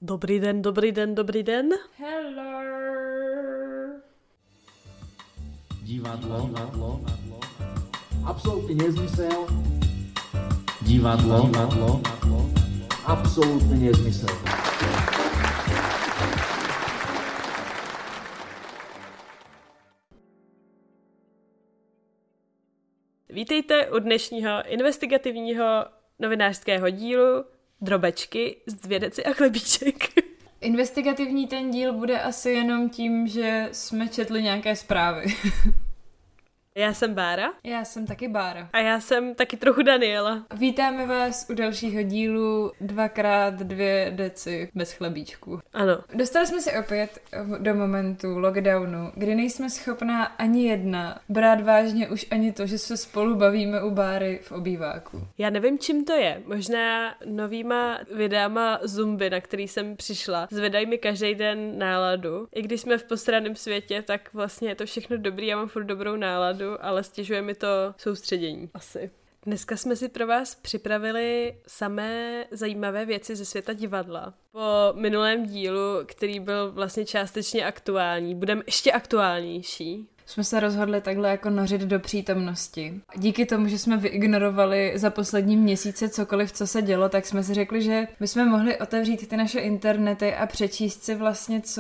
Dobrý den, dobrý den, dobrý den. Hello. Divadlo. Absolutní nezmysel. Divadlo. Absolutní nezmysel. Vítejte u dnešního investigativního novinářského dílu Drobečky z Vědeci a chlebíček. Investigativní ten díl bude asi jenom tím, že jsme četli nějaké zprávy. Já jsem Bára. Já jsem taky Bára. A já jsem taky trochu Daniela. Vítáme vás u dalšího dílu 2x2 deci bez chlebíčku. Ano. Dostali jsme se opět do momentu lockdownu, kdy nejsme schopná ani jedna brát vážně už ani to, že se spolu bavíme u Báry v obýváku. Já nevím, čím to je. Možná novýma videama Zumby, na který jsem přišla, zvedají mi každý den náladu. I když jsme v postraném světě, tak vlastně je to všechno dobrý, já mám furt dobrou náladu, ale stěžuje mi to soustředění. Asi. Dneska jsme si pro vás připravili samé zajímavé věci ze světa divadla. Po minulém dílu, který byl vlastně částečně aktuální, budeme ještě aktuálnější. Jsme se rozhodli takhle jako nořit do přítomnosti. Díky tomu, že jsme vyignorovali za poslední měsíce cokoliv, co se dělo, tak jsme si řekli, že bychom mohli otevřít ty naše internety a přečíst si vlastně, co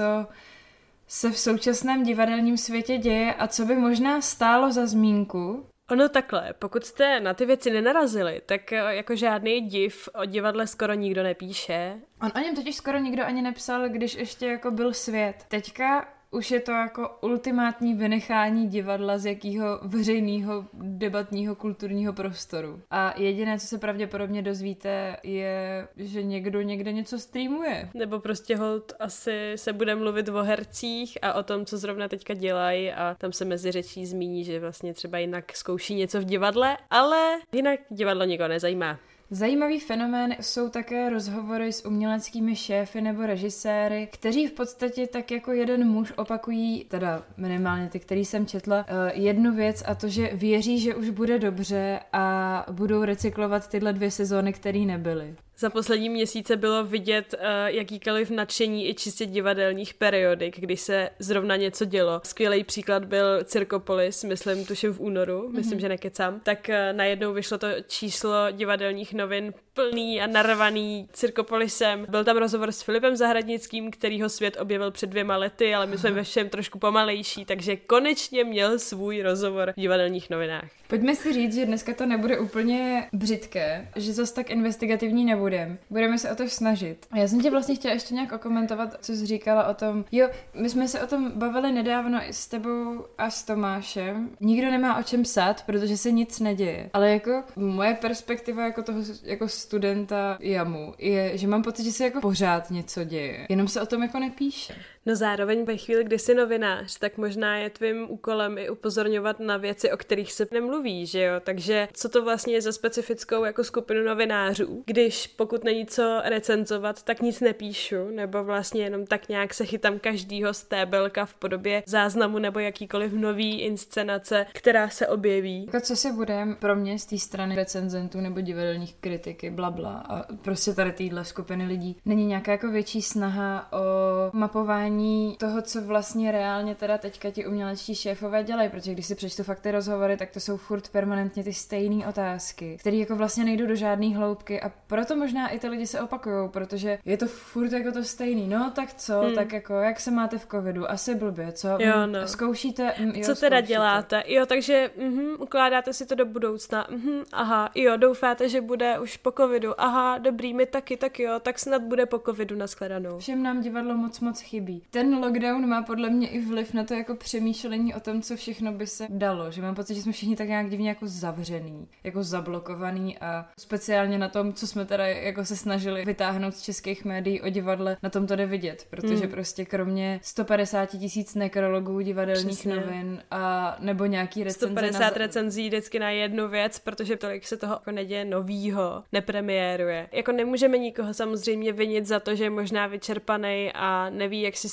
se v současném divadelním světě děje a co by možná stálo za zmínku. Ono takhle, pokud jste na ty věci nenarazili, tak jako žádný div o divadle skoro nikdo nepíše. On o něm totiž skoro nikdo ani nepsal, když ještě jako byl svět. Teďka už je to jako ultimátní vynechání divadla z jakého veřejného debatního kulturního prostoru. A jediné, co se pravděpodobně dozvíte, je, že někdo někde něco streamuje. Nebo prostě hold asi se bude mluvit o hercích a o tom, co zrovna teďka dělají a tam se mezi řečí zmíní, že vlastně třeba jinak zkouší něco v divadle, ale jinak divadlo nikoho nezajímá. Zajímavý fenomén jsou také rozhovory s uměleckými šéfy nebo režiséry, kteří v podstatě tak jako jeden muž opakují, teda minimálně ty, který jsem četla, jednu věc a to, že věří, že už bude dobře a budou recyklovat tyhle 2 sezóny, které nebyly. Za poslední měsíce bylo vidět jakýkoliv nadšení i čistě divadelních periodik, když se zrovna něco dělo. Skvělý příklad byl Cirkopolis, myslím, tuším v únoru, myslím, že nekecám. Tak najednou vyšlo to číslo divadelních novin plný a narvaný Cirkopolisem. Byl tam rozhovor s Filipem Zahradnickým, kterýho svět objevil před 2 lety, ale my jsme ve všem trošku pomalejší, takže konečně měl svůj rozhovor v divadelních novinách. Pojďme si říct, že dneska to nebude úplně břitké, že zas tak investigativní nebudeme. Budeme se o to snažit. A já jsem tě vlastně chtěla ještě nějak okomentovat, co jsi říkala o tom. Jo, my jsme se o tom bavili nedávno i s tebou a s Tomášem. Nikdo nemá o čem psát, protože se nic neděje. Ale jako moje perspektiva jako toho jako studenta JAMu je, že mám pocit, že se jako pořád něco děje. Jenom se o tom jako nepíše. No zároveň ve chvíli, kdy jsi novinář, tak možná je tvým úkolem i upozorňovat na věci, o kterých se nemluví, že jo? Takže co to vlastně je za specifickou jako skupinu novinářů, když pokud není co recenzovat, tak nic nepíšu, nebo vlastně jenom tak nějak se chytám každýho stébelka v podobě záznamu nebo jakýkoliv nový inscenace, která se objeví. Jako co si budem pro mě z té strany recenzentů nebo divadelních kritiky, blabla a prostě tady téhle skupiny lidí není nějaká jako větší snaha o mapování toho, co vlastně reálně teda teďka ti umělečtí šéfové dělají, protože když si přečtu fakt ty rozhovory, tak to jsou furt permanentně ty stejné otázky, které jako vlastně nejdou do žádné hloubky a proto možná i ty lidi se opakujou, protože je to furt jako to stejný. No tak co, tak jako jak se máte v covidu? Asi blbě, co? Jo, no. Zkoušíte? Co teda děláte? Jo, takže ukládáte si to do budoucna. Aha, jo, doufáte, že bude už po covidu. Aha, dobrý, my taky, tak jo, tak snad bude po covidu, nashledanou. Všem nám divadlo moc chybí. Ten lockdown má podle mě i vliv na to jako přemýšlení o tom, co všechno by se dalo, že mám pocit, že jsme všichni tak nějak divně jako zavřený, jako zablokovaný a speciálně na tom, co jsme teda jako se snažili vytáhnout z českých médií o divadle, na tom to jde vidět, protože prostě kromě 150 000 nekrologů divadelních Přesně. novin a nebo nějaký recenze 150 recenzí vždycky na jednu věc, protože tolik se toho jako neděje novýho, nepremiéruje. Jako nemůžeme nikoho samozřejmě vinit za to, že je možná vyčerpanej a neví, jak si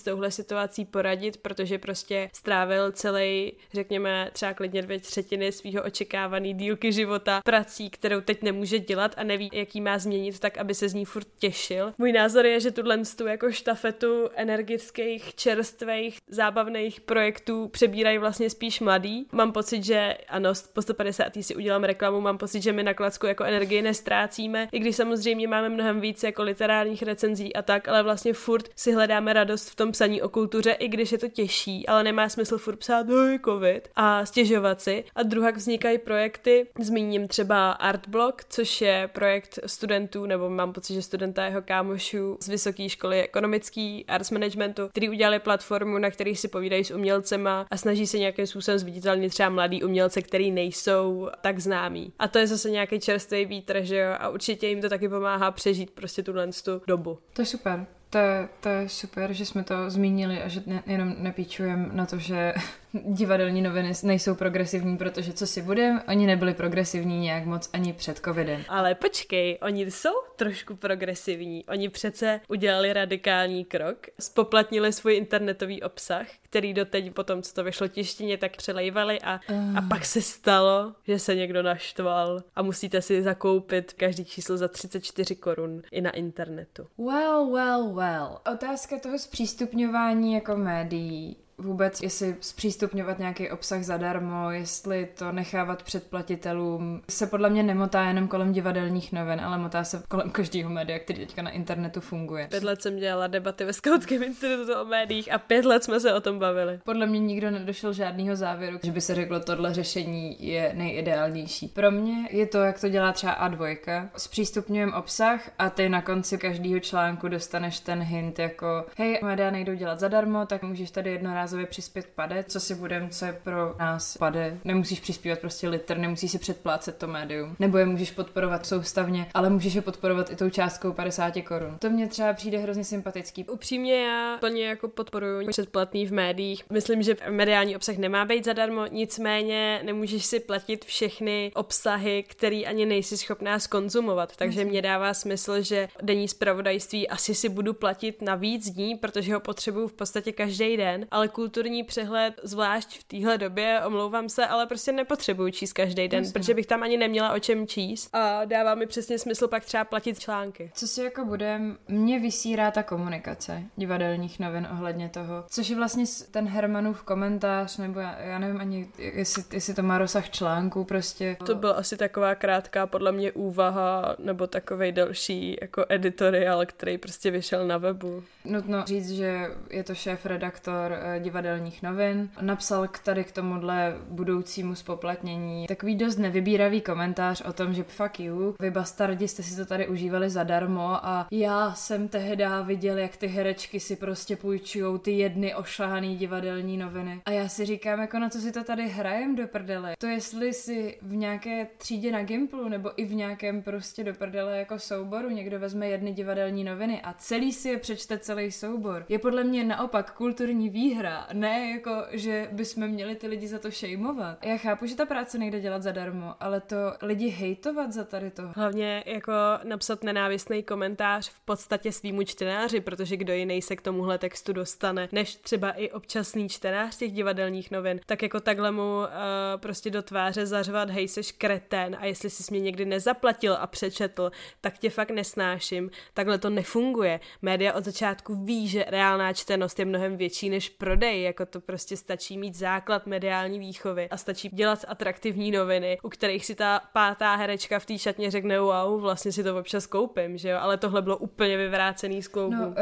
s touhle situací poradit, protože prostě strávil celý, řekněme, třeba klidně 2/3 svého očekávaný dílky života prací, kterou teď nemůže dělat a neví, jaký má změnit tak, aby se z ní furt těšil. Můj názor je, že tuhle jako štafetu energických, čerstvých, zábavných projektů přebírají vlastně spíš mladí. Mám pocit, že ano, po 150. si udělám reklamu, mám pocit, že my na Klacku jako energii nestrácíme, i když samozřejmě máme mnohem víc jako literárních recenzí a tak, ale vlastně furt si hledáme radost v tom psaní o kultuře, i když je to těžší, ale nemá smysl furt psát covid a stěžovat si. A druhak vznikají projekty, zmíním třeba Artblog, což je projekt studentů, nebo mám pocit, že studenta jeho kámošů z vysoké školy ekonomický arts managementu, který udělali platformu, na který si povídají s umělcema a snaží se nějakým způsobem zviditelnit třeba mladý umělce, který nejsou tak známí. A to je zase nějaký čerstvý vítr, že jo, a určitě jim to taky pomáhá přežít prostě tu dobu. To je super. To je super, že jsme to zmínili a že jenom nepíčujeme na to, že divadelní noviny nejsou progresivní, protože co si budem, oni nebyli progresivní nějak moc ani před covidem. Ale počkej, oni jsou trošku progresivní. Oni přece udělali radikální krok, spoplatnili svůj internetový obsah, který doteď potom, co to vyšlo tištině, tak přelejvali a pak se stalo, že se někdo naštval a musíte si zakoupit každý číslo za 34 korun i na internetu. Well. Otázka toho zpřístupňování jako médií, vůbec jestli zpřístupňovat nějaký obsah zadarmo, jestli to nechávat předplatitelům, se podle mě nemotá jenom kolem divadelních novin, ale motá se kolem každého média, který teďka na internetu funguje. 5 let jsem dělala debaty ve Skautském institutu o médiích a 5 let jsme se o tom bavili. Podle mě nikdo nedošel žádného závěru, že by se řeklo, tohle řešení je nejideálnější. Pro mě je to, jak to dělá třeba A2. Zpřístupňujeme obsah a ty na konci každého článku dostaneš ten hint jako hej, média nejdou dělat zadarmo, tak můžeš tady jednorázově přispět pade, co si budem, co je pro nás pade. Nemusíš přispívat prostě litr, nemusíš si předplácet to médium. Nebo je můžeš podporovat soustavně, ale můžeš je podporovat i tou částkou 50 korun. To mně třeba přijde hrozně sympatický. Upřímně já plně jako podporuji předplatný v médiích. Myslím, že mediální obsah nemá být zadarmo, nicméně nemůžeš si platit všechny obsahy, který ani nejsi schopná zkonzumovat. Takže mě dává smysl, že denní zpravodajství asi si budu platit na víc dní, protože ho potřebuju v podstatě každý den, ale kulturní přehled, zvlášť v téhle době, omlouvám se, ale prostě nepotřebuju číst každý den, protože bych tam ani neměla o čem číst a dává mi přesně smysl pak třeba platit články. Co si jako budem, mě vysírá ta komunikace divadelních novin ohledně toho, což je vlastně ten Hermanův komentář, nebo já nevím ani, jestli to má rozsah článku prostě. To byla asi taková krátká podle mě úvaha, nebo takovej delší jako editoriál, který prostě vyšel na webu. Nutno říct, že je to šéf-redaktor divadelních novin. Napsal k tomuhle budoucímu spoplatnění takový dost nevybíravý komentář o tom, že fuck you, vy bastardi jste si to tady užívali zadarmo a já jsem tehda viděl, jak ty herečky si prostě půjčujou ty jedny ošahaný divadelní noviny. A já si říkám, jako na co si to tady hrajem do prdele. To jestli si v nějaké třídě na Gimplu nebo i v nějakém prostě do prdele jako souboru někdo vezme jedny divadelní noviny a celý si je přečte celý soubor. Je podle mě naopak kulturní výhra, ne jako, že bychom měli ty lidi za to šejmovat. Já chápu, že ta práce nejde dělat zadarmo, ale to lidi hejtovat za tady to. Hlavně jako napsat nenávistný komentář v podstatě svýmu čtenáři, protože kdo jiný se k tomuhle textu dostane, než třeba i občasný čtenář těch divadelních novin, tak jako takhle mu prostě do tváře zařvat, hej, seš kretén a jestli jsi mě někdy nezaplatil a přečetl, tak tě fakt nesnáším. Takhle to nefunguje. Média od začátku ví, že reálná čtenost je mnohem větší než prodej, jako to prostě stačí mít základ mediální výchovy a stačí dělat atraktivní noviny, u kterých si ta pátá herečka v té šatně řekne wow, vlastně si to občas koupím, že jo, ale tohle bylo úplně vyvrácený z kloubu. No,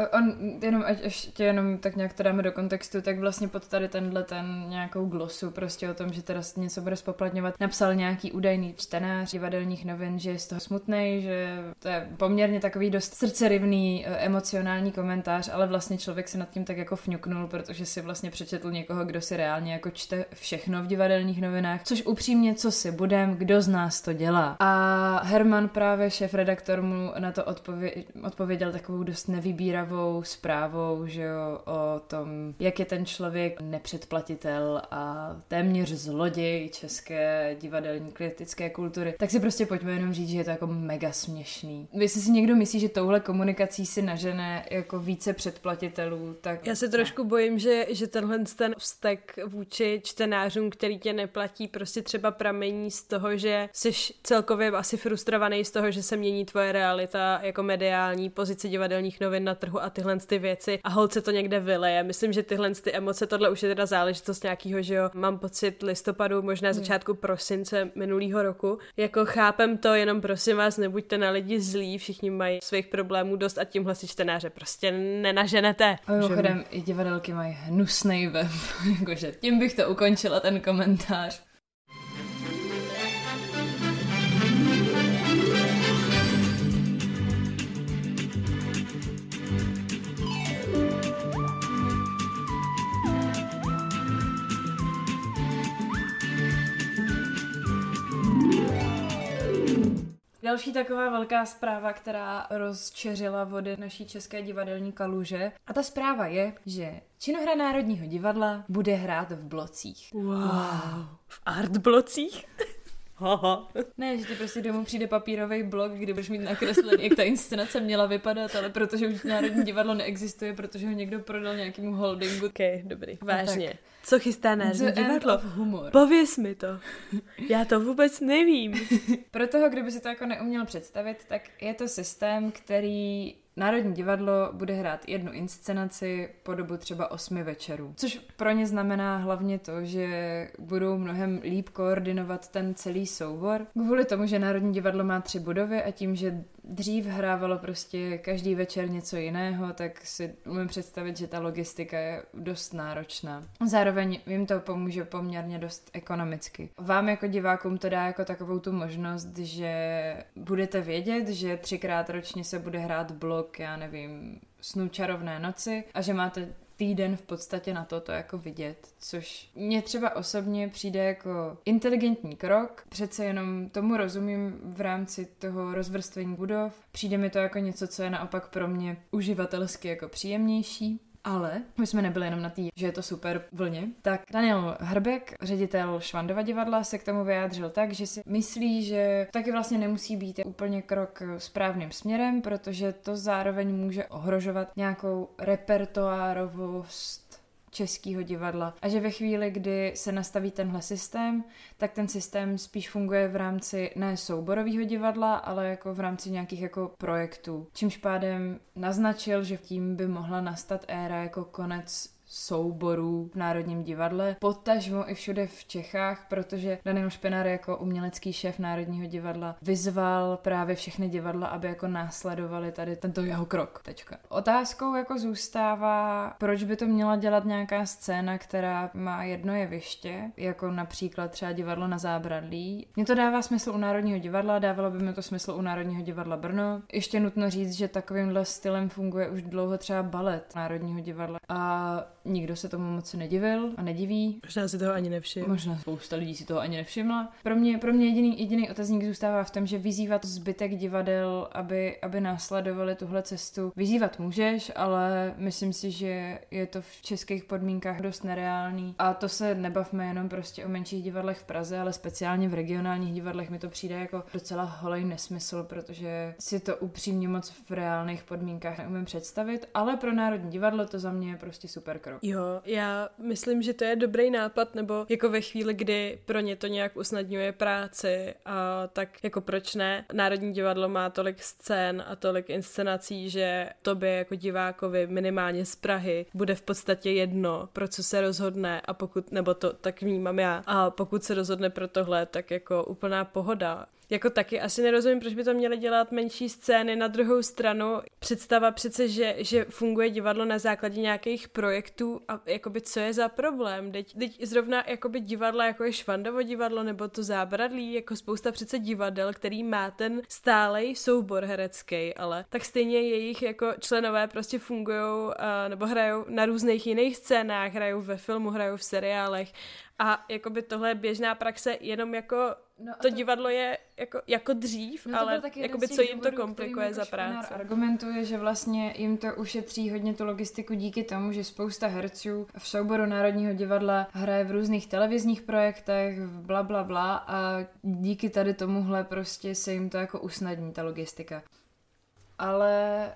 ještě jenom tak nějak to dáme do kontextu, tak vlastně pod tady ten nějakou glosu prostě o tom, že teda něco bude spoplatňovat, napsal nějaký údajný čtenář divadelních novin, že je z toho smutnej, že to je poměrně takový dost srdcerivný, emocionální komentář, ale vlastně člověk se nad tím tak jako fňuknul, protože si vlastně přečetl někoho, kdo si reálně jako čte všechno v divadelních novinách, což upřímně, co si budem, kdo z nás to dělá. A Herman právě šéfredaktor mu na to odpověděl takovou dost nevybíravou zprávou, že jo, o tom, jak je ten člověk nepředplatitel a téměř zloděj české divadelní kritické kultury. Tak si prostě pojďme jenom říct, že je to jako mega směšný. Jestli si někdo myslí, že touhle komunikací si nažene jako více předplatitelů, tak... Já se trošku bojím, že tenhle ten vztek vůči čtenářům, který tě neplatí, prostě třeba pramení z toho, že jsi celkově asi frustrovaný z toho, že se mění tvoje realita jako mediální pozice divadelních novin na trhu a tyhle ty věci a holt se to někde vyleje. Myslím, že tyhle ty emoce, tohle už je teda záležitost nějakýho, že jo, mám pocit listopadu, možná začátku prosince minulýho roku. Jako chápem to, jenom prosím vás, nebuďte na lidi zlí, všichni mají svých problémů dost a tímhle si čtenáře prostě nenaženete. A mimochodem, i divadelky mají hnusnej web, jakože tím bych to ukončila, ten komentář. Další taková velká zpráva, která rozčeřila vody naší české divadelní kaluže. A ta zpráva je, že činohra Národního divadla bude hrát v blocích. Wow. V art blocích? Ne, že ti prostě domů přijde papírový blok, kdy budeš mít nakreslený, jak ta inscenace měla vypadat, ale protože už Národní divadlo neexistuje, protože ho někdo prodal nějakému holdingu. Ok, dobrý. Vážně. No co chystá Národní divadlo? Humor. Pověz mi to. Já to vůbec nevím. Pro toho, kdo by si to jako neuměl představit, tak je to systém, který Národní divadlo bude hrát jednu inscenaci po dobu třeba 8 večerů. Což pro ně znamená hlavně to, že budou mnohem líp koordinovat ten celý soubor. Kvůli tomu, že Národní divadlo má 3 budovy a tím, že dřív hrávalo prostě každý večer něco jiného, tak si umím představit, že ta logistika je dost náročná. Zároveň jim to pomůže poměrně dost ekonomicky. Vám jako divákům to dá jako takovou tu možnost, že budete vědět, že 3krát ročně se bude hrát blok, já nevím, Snů čarovné noci a že máte týden v podstatě na to jako vidět, což mně třeba osobně přijde jako inteligentní krok, přece jenom tomu rozumím v rámci toho rozvrstvení budov, přijde mi to jako něco, co je naopak pro mě uživatelsky jako příjemnější. Ale my jsme nebyli jenom na té, že je to super vlně. Tak Daniel Hrbek, ředitel Švandova divadla, se k tomu vyjádřil tak, že si myslí, že taky vlastně nemusí být úplně krok správným směrem, protože to zároveň může ohrožovat nějakou repertoárovost českého divadla. A že ve chvíli, kdy se nastaví tenhle systém, tak ten systém spíš funguje v rámci ne souborového divadla, ale jako v rámci nějakých jako projektů. Čímž pádem naznačil, že tím by mohla nastat éra jako konec souborů v Národním divadle, potažmo i všude v Čechách, protože Daniel Špinár jako umělecký šéf Národního divadla vyzval právě všechny divadla, aby jako následovali tady tento jeho krok. Tečka. Otázkou jako zůstává, proč by to měla dělat nějaká scéna, která má jedno jeviště, jako například třeba divadlo na Zábradlí. Mně to dává smysl u Národního divadla, dávalo by mi to smysl u Národního divadla Brno. Ještě nutno říct, že takovýmhle stylem funguje už dlouho třeba balet Národního divadla a nikdo se tomu moc nedivil a nediví. Možná si toho ani nevšiml. Možná spousta lidí si toho ani nevšimla. Pro mě jediný otazník zůstává v tom, že vyzývat zbytek divadel, aby následovali tuhle cestu. Vyzývat můžeš, ale myslím si, že je to v českých podmínkách dost nereálný. A to se nebavme jenom prostě o menších divadlech v Praze, ale speciálně v regionálních divadlech mi to přijde jako docela holej nesmysl, protože si to upřímně moc v reálných podmínkách neumím představit, ale pro Národní divadlo to za mě je prostě super krok. Jo, já myslím, že to je dobrý nápad, nebo jako ve chvíli, kdy pro ně to nějak usnadňuje práci a tak jako proč ne? Národní divadlo má tolik scén a tolik inscenací, že tobě jako divákovi minimálně z Prahy bude v podstatě jedno, pro co se rozhodne a pokud, nebo to tak vnímám já, a pokud se rozhodne pro tohle, tak jako úplná pohoda. jako taky asi nerozumím, proč by to měly dělat menší scény. Na druhou stranu představa přece, že funguje divadlo na základě nějakých projektů a jakoby co je za problém. Teď zrovna jakoby divadla, jako je Švandovo divadlo nebo to Zábradlí, jako spousta přece divadel, který má ten stálej soubor herecký, ale tak stejně jejich jako členové prostě fungujou nebo hrajou na různých jiných scénách, hrajou ve filmu, hrajou v seriálech a jakoby tohle je běžná praxe, jenom jako to divadlo je jako dřív, ale jakoby co jim to komplikuje za práci. Argumentuje, že vlastně jim to ušetří hodně tu logistiku díky tomu, že spousta herců v souboru Národního divadla hraje v různých televizních projektech, bla bla bla a díky tady tomuhle prostě se jim to jako usnadní ta logistika. Ale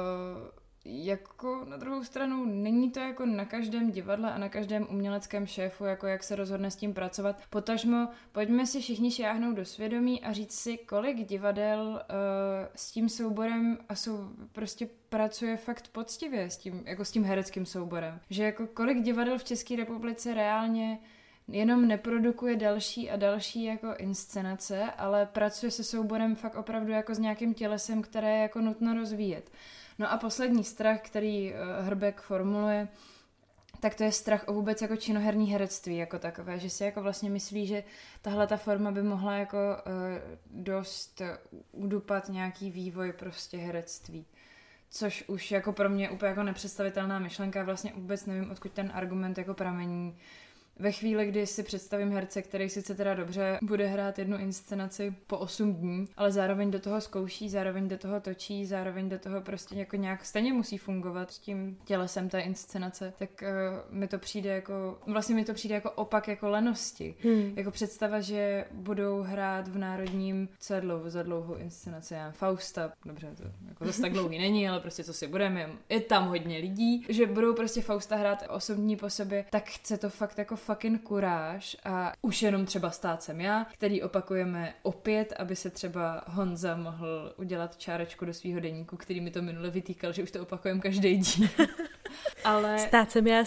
jako na druhou stranu není to jako na každém divadle a na každém uměleckém šéfu, jako jak se rozhodne s tím pracovat. Potažmo, pojďme si všichni šáhnout do svědomí a říct si, kolik divadel s tím souborem prostě pracuje fakt poctivě s tím hereckým souborem. Že jako kolik divadel v České republice reálně jenom neprodukuje další a další jako inscenace, ale pracuje se souborem fakt opravdu jako s nějakým tělesem, které je jako nutno rozvíjet. No a poslední strach, který Hrbek formuluje, tak to je strach o vůbec jako činoherní herectví jako takové, že si jako vlastně myslí, že tahle ta forma by mohla jako dost udupat nějaký vývoj prostě herectví. Což už jako pro mě úplně jako nepředstavitelná myšlenka, vlastně vůbec nevím, odkud ten argument jako pramení. Ve chvíli, kdy si představím herce, který sice teda dobře bude hrát jednu inscenaci po 8 dní, ale zároveň do toho zkouší, zároveň do toho točí, zároveň do toho prostě jako nějak stejně musí fungovat s tím tělesem té inscenace, tak mi to přijde jako opak jako lenosti. Jako představa, že budou hrát v Národním za dlouhou inscenaci, Fausta, dobře, to jako zase tak dlouhý není, ale prostě co si budeme, je tam hodně lidí, že budou prostě Fausta hrát 8 dní po sobě, tak chce to fakt jako fucking kuráž a už jenom třeba Stát jsem já, který opakujeme opět, aby se třeba Honza mohl udělat čárečku do svýho deníku, který mi to minule vytýkal, že už to opakujeme každý díl. Ale... Stát jsem já.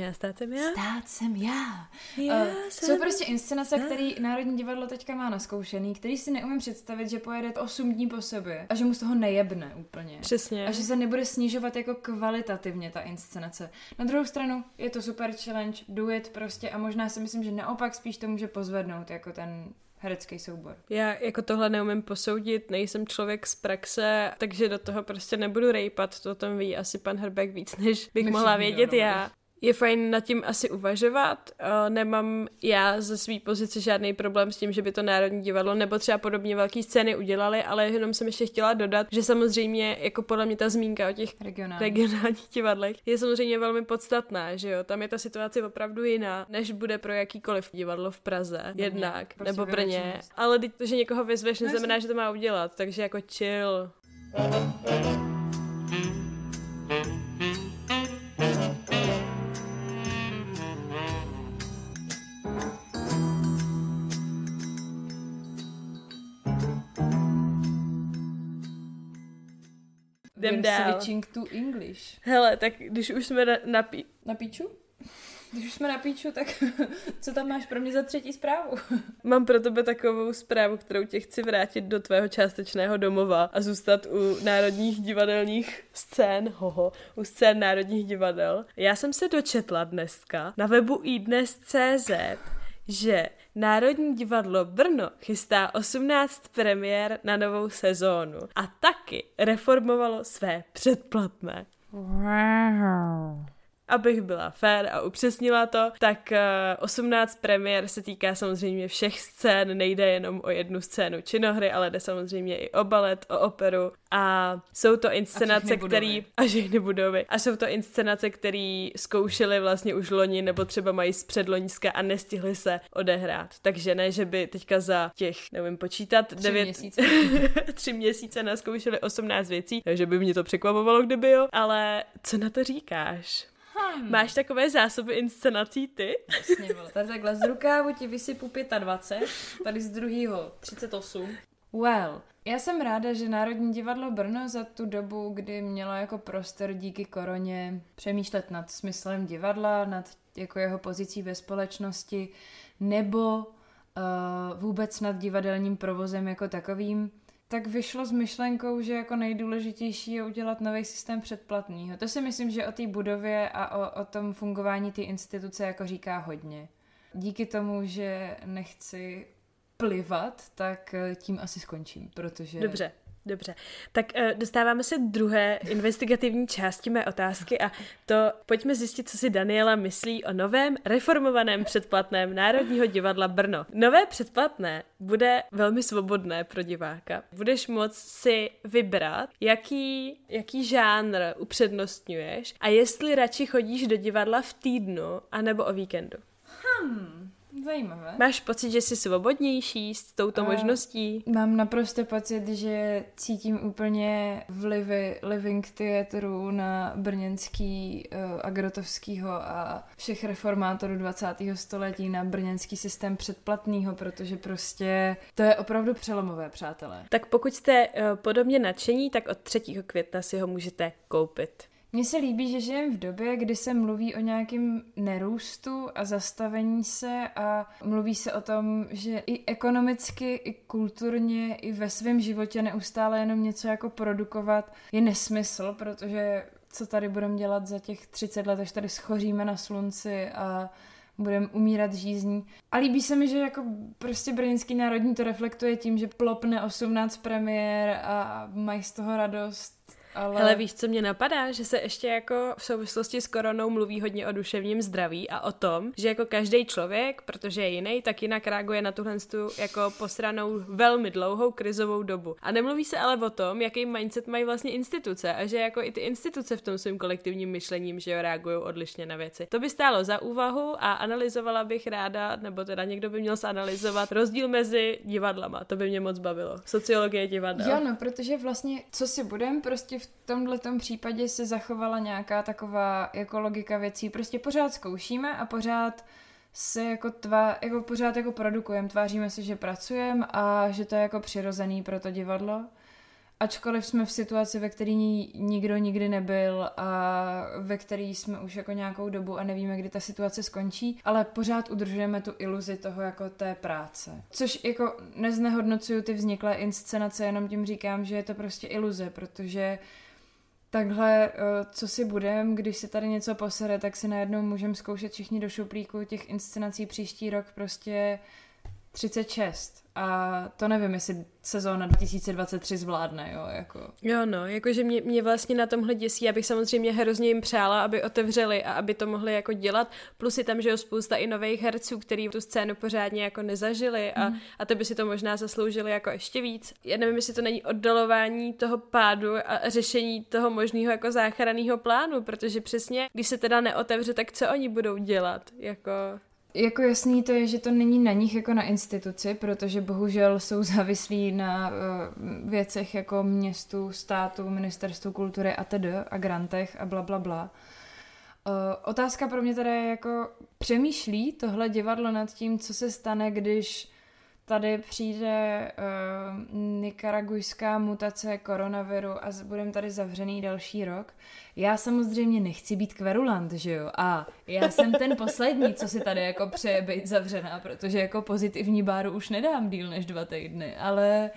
Jsou prostě inscenace, který Národní divadlo teďka má naskoušený, který si neumím představit, že pojede 8 dní po sobě a že mu z toho nejebne úplně. Přesně. A že se nebude snižovat jako kvalitativně ta inscenace. Na druhou stranu je to super challenge, do it prostě a možná si myslím, že naopak spíš to může pozvednout jako ten herecký soubor. Já jako tohle neumím posoudit, nejsem člověk z praxe, takže do toho prostě nebudu rejpat, to o tom ví asi pan Hrbek víc, než bych mohla vědět já. Je fajn nad tím asi uvažovat. Nemám já ze své pozice žádný problém s tím, že by to Národní divadlo nebo třeba podobně velké scény udělali, ale jenom jsem ještě chtěla dodat, že samozřejmě jako podle mě ta zmínka o těch regionálních divadlech je samozřejmě velmi podstatná, že jo. Tam je ta situace opravdu jiná, než bude pro jakýkoliv divadlo v Praze, jednak, prostě nebo Brně. Ale to, že někoho vyzveš, neznamená, že to má udělat, takže jako chill. Switching to English. Hele, tak když už jsme na píču? Když už jsme na píču, tak co tam máš pro mě za třetí zprávu? Mám pro tebe takovou zprávu, kterou tě chci vrátit do tvého částečného domova a zůstat u národních divadelních scén, u scén národních divadel. Já jsem se dočetla dneska na webu iDnes.cz, že Národní divadlo Brno chystá 18 premiér na novou sezónu a taky reformovalo své předplatné. Wow. Abych byla fair a upřesnila to, tak 18 premiér se týká samozřejmě všech scén, nejde jenom o jednu scénu činohry, ale jde samozřejmě i o balet, o operu a jsou to inscenace, které a všechny budovy. A jsou to inscenace, které zkoušely vlastně už loni nebo třeba mají z předloňska a nestihly se odehrát. Takže ne, že by teďka za těch, nevím počítat, 3 měsíce naskoušeli 18 věcí, takže by mě to překvapovalo, kdyby jo, ale co na to říkáš? Máš takové zásoby inscenací ty? Jasně, vole. Tady takhle z rukávu ti vysypu 25, tady z druhýho 38. Well, já jsem ráda, že Národní divadlo Brno za tu dobu, kdy mělo jako prostor díky koroně přemýšlet nad smyslem divadla, nad jako jeho pozicí ve společnosti, nebo vůbec nad divadelním provozem jako takovým, tak vyšlo s myšlenkou, že jako nejdůležitější je udělat nový systém předplatného. To si myslím, že o té budově a o tom fungování té instituce jako říká hodně. Díky tomu, že nechci plivat, tak tím asi skončím, protože... Dobře. Tak dostáváme se druhé investigativní části mé otázky a to pojďme zjistit, co si Daniela myslí o novém reformovaném předplatném Národního divadla Brno. Nové předplatné bude velmi svobodné pro diváka. Budeš moct si vybrat, jaký žánr upřednostňuješ a jestli radši chodíš do divadla v týdnu anebo o víkendu. Zajímavé. Máš pocit, že jsi svobodnější s touto možností? Mám naprosto pocit, že cítím úplně vlivy Living Theatru na brněnský Agrotovskýho a všech reformátorů 20. století na brněnský systém předplatného, protože prostě to je opravdu přelomové, přátelé. Tak pokud jste podobně nadšení, tak od 3. května si ho můžete koupit. Mně se líbí, že žijeme v době, kdy se mluví o nějakém nerůstu a zastavení se a mluví se o tom, že i ekonomicky, i kulturně, i ve svém životě neustále jenom něco jako produkovat je nesmysl, protože co tady budeme dělat za těch 30 let, až tady schoříme na slunci a budeme umírat žízní. A líbí se mi, že jako prostě brněnský národní to reflektuje tím, že plopne 18 premiér a mají z toho radost. Ale... Hele, víš, co mě napadá? Že se ještě jako v souvislosti s koronou mluví hodně o duševním zdraví a o tom, že jako každý člověk, protože je jiný, tak jinak reaguje na tuhle jako posranou velmi dlouhou krizovou dobu. A nemluví se ale o tom, jaký mindset mají vlastně instituce a že jako i ty instituce v tom svým kolektivním myšlením, že jo, reagují odlišně na věci. To by stálo za úvahu a analyzovala bych ráda, nebo teda někdo by měl zanalyzovat rozdíl mezi divadlama. To by mě moc bavilo. Sociologie divadla. Jo, no, protože vlastně, co si budem, prostě v tomhletom případě se zachovala nějaká taková jako logika věcí. Prostě pořád zkoušíme a pořád se jako pořád jako produkujeme, tváříme se, že pracujeme a že to je jako přirozený pro to divadlo. Ačkoliv jsme v situaci, ve které nikdo nikdy nebyl a ve které jsme už jako nějakou dobu a nevíme, kdy ta situace skončí, ale pořád udržujeme tu iluzi toho jako té práce. Což jako neznehodnocuju ty vzniklé inscenace, jenom tím říkám, že je to prostě iluze, protože takhle, co si budem, když si tady něco posere, tak si najednou můžeme zkoušet všichni do šuplíku těch inscenací příští rok prostě 36. A to nevím, jestli sezóna 2023 zvládne, jo, jako. Jo, no, jakože mě vlastně na tomhle děsí, já bych samozřejmě hrozně jim přála, aby otevřeli a aby to mohli jako dělat, plus je tam, že jo, spousta i nových herců, který tu scénu pořádně jako nezažili a to by si to možná zasloužili jako ještě víc. Já nevím, jestli to není oddalování toho pádu a řešení toho možného jako záchranného plánu, protože přesně, když se teda neotevře, tak co oni budou dělat, jako... Jako jasný to je, že to není na nich jako na instituci, protože bohužel jsou závislí na věcech jako městu, státu, ministerstvu kultury a td. A grantech a blablabla. Otázka pro mě teda je jako, přemýšlí tohle divadlo nad tím, co se stane, když tady přijde nikaragujská mutace koronaviru a budeme tady zavřený další rok. Já samozřejmě nechci být kverulant, že jo? A já jsem ten poslední, co si tady jako přeje být zavřená, protože jako pozitivní báru už nedám díl než 2 týdny, ale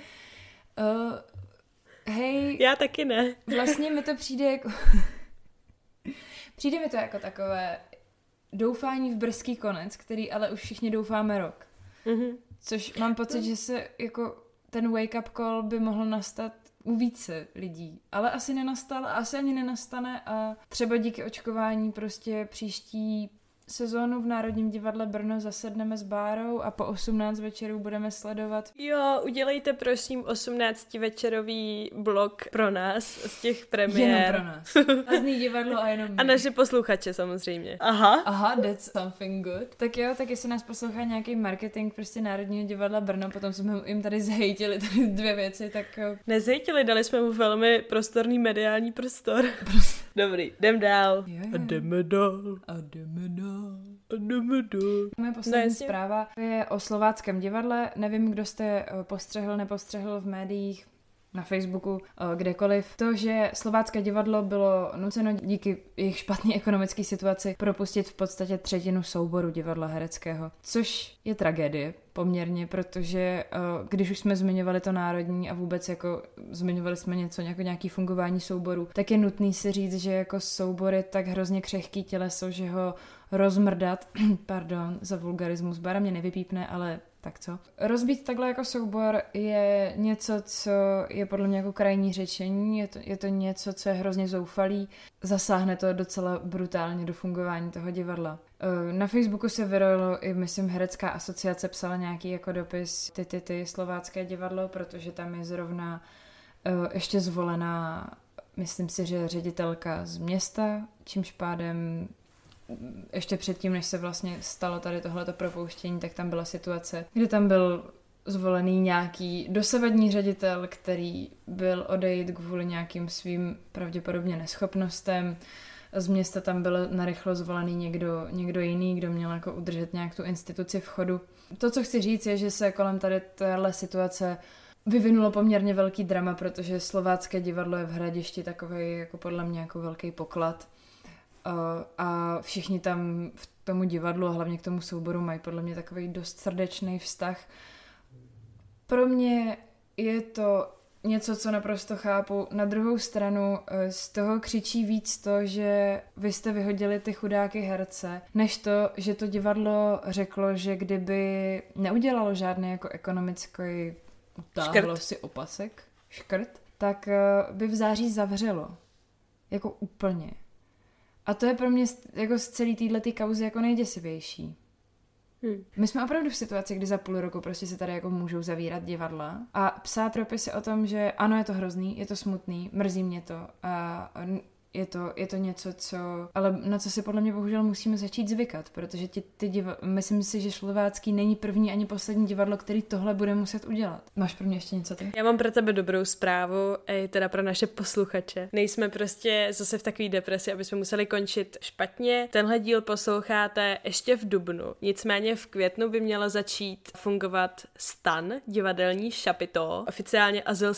hej... Já taky ne. Vlastně mi to přijde jako... přijde mi to jako takové doufání v brzký konec, který ale už všichni doufáme rok. Mhm. Což mám pocit, že se jako ten wake-up call by mohl nastat u více lidí. Ale asi nenastal a asi ani nenastane a třeba díky očkování prostě příští sezónu v Národním divadle Brno zasedneme s Bárou a po 18 večerů budeme sledovat. Jo, udělejte prosím 18večerový blok pro nás z těch premiér. Jenom pro nás. Prázdný divadlo a jenom my. A naše posluchače samozřejmě. Aha, that's something good. Tak jo, tak jestli nás poslouchá nějaký marketing prostě Národního divadla Brno, potom jsme jim tady zhejtili tady 2 věci, tak jo. Nezhejtili, dali jsme mu velmi prostorný mediální prostor. Dobrý, jdem dál. Jo. A jdeme dál. Moje poslední zpráva je o Slováckém divadle. Nevím, kdo jste nepostřehl v médiích. na Facebooku, kdekoliv. To, že slovácké divadlo bylo nuceno díky jejich špatné ekonomické situaci propustit v podstatě 1/3 souboru divadla hereckého, což je tragédie poměrně, protože když už jsme zmiňovali to národní a vůbec jako zmiňovali jsme něco, jako nějaký fungování souboru, tak je nutný si říct, že jako soubor je tak hrozně křehký těleso, že ho rozmrdat, pardon za vulgarismus, Bára mě nevypípne, ale tak co. Rozbít takhle jako soubor je něco, co je podle mě jako krajní řečení, je to něco, co je hrozně zoufalý, zasáhne to docela brutálně do fungování toho divadla. Na Facebooku se vyrojilo i, myslím, herecká asociace psala nějaký jako dopis ty slovácké divadlo, protože tam je zrovna ještě zvolená, myslím si, že ředitelka z města, čímž pádem ještě předtím, než se vlastně stalo tady tohleto propouštění, tak tam byla situace, kdy tam byl zvolený nějaký dosavadní ředitel, který byl odejít kvůli nějakým svým pravděpodobně neschopnostem. Z města tam byl narychlo zvolený někdo jiný, kdo měl jako udržet nějak tu instituci v chodu. To, co chci říct, je, že se kolem tady téhle situace vyvinulo poměrně velký drama, protože slovácké divadlo je v Hradišti takovej jako podle mě jako velký poklad. A všichni tam v tomu divadlu a hlavně k tomu souboru mají podle mě takový dost srdečný vztah. Pro mě je to něco, co naprosto chápu. Na druhou stranu z toho křičí víc to, že vy jste vyhodili ty chudáky herce, než to, že to divadlo řeklo, že kdyby neudělalo žádný jako ekonomický utáhlo si opasek, škrt, tak by v září zavřelo. Jako úplně. A to je pro mě jako z celý této kauzy jako nejděsivější. My jsme opravdu v situaci, kdy za půl roku prostě se tady jako můžou zavírat divadla a psát dopisy o tom, že ano, je to hrozný, je to smutný, mrzí mě to a je to něco, ale na co si podle mě bohužel musíme začít zvykat, protože myslím si, že slovácký není první ani poslední divadlo, který tohle bude muset udělat. Máš pro mě ještě něco ty? Já mám pro tebe dobrou zprávu, i teda pro naše posluchače. Nejsme prostě zase v takové depresi, aby jsme museli končit špatně. Tenhle díl posloucháte ještě v dubnu. Nicméně v květnu by mělo začít fungovat STAN, divadelní šapito, oficiálně Azyl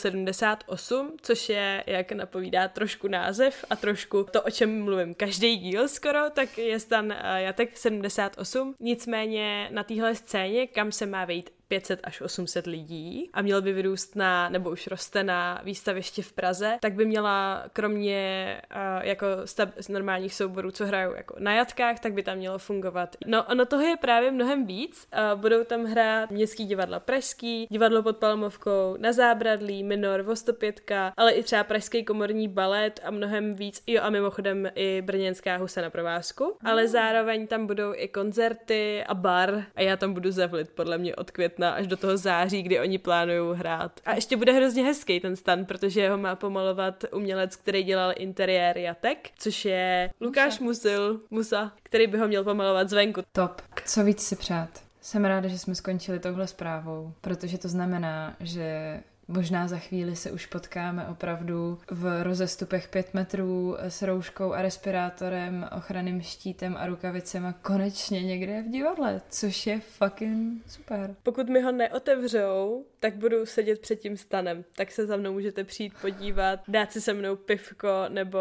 78, což je, jak napovídá trošku název a trošku to, o čem mluvím každý díl skoro, tak je STAN Jatek 78. Nicméně na téhle scéně, kam se má vejít 500 až 800 lidí a měl by vyrůst nebo už roste na výstavišti v Praze, tak by měla kromě jako normálních souborů, co hrajou jako na jatkách, tak by tam mělo fungovat. No, ono toho je právě mnohem víc. Budou tam hrát Městský divadlo Pražský, Divadlo pod Palmovkou, Na zábradlí, Minor, Vostopětka, ale i třeba Pražský komorní balet a mnohem víc. Jo, a mimochodem i Brněnská husa na provázku. Ale zároveň tam budou i koncerty a bar a já tam budu zavlit podle mě od května až do toho září, kdy oni plánují hrát. A ještě bude hrozně hezký ten stan, protože ho má pomalovat umělec, který dělal interiér jatek, což je Lukáš Musa, který by ho měl pomalovat zvenku. Top. Co víc si přát? Jsem ráda, že jsme skončili touhle zprávou, protože to znamená, že možná za chvíli se už potkáme opravdu v rozestupech 5 metrů s rouškou a respirátorem, ochranným štítem a rukavicema konečně někde v divadle, což je fucking super. Pokud mi ho neotevřou, tak budu sedět před tím stanem. Tak se za mnou můžete přijít podívat, dát si se mnou pivko nebo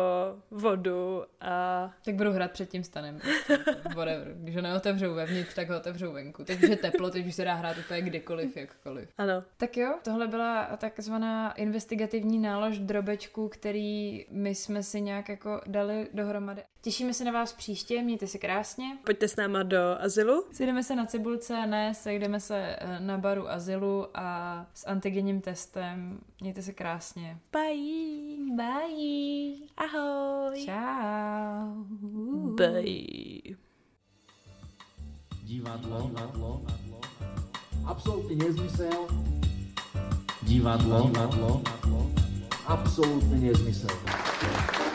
vodu a... Tak budu hrát před tím stanem. Whatever. Když ho neotevřou vevnitř, tak ho otevřou venku. Teď už je teplo, teď už se dá hrát úplně kdykoliv, jakkoliv. Ano. Tak jo, tohle byla takzvaná investigativní nálož drobečků, který my jsme si nějak jako dali dohromady. Těšíme se na vás příště, mějte se krásně. Pojďte s náma do Azylu. Sejdeme se na Cibulce, sejdeme se na baru Azylu a s antigenním testem. Mějte se krásně. Bye. Bye. Ahoj. Čau. Bye. Divadlo. Absolutný nezmysel. Divadlo. Absolutný nezmysel.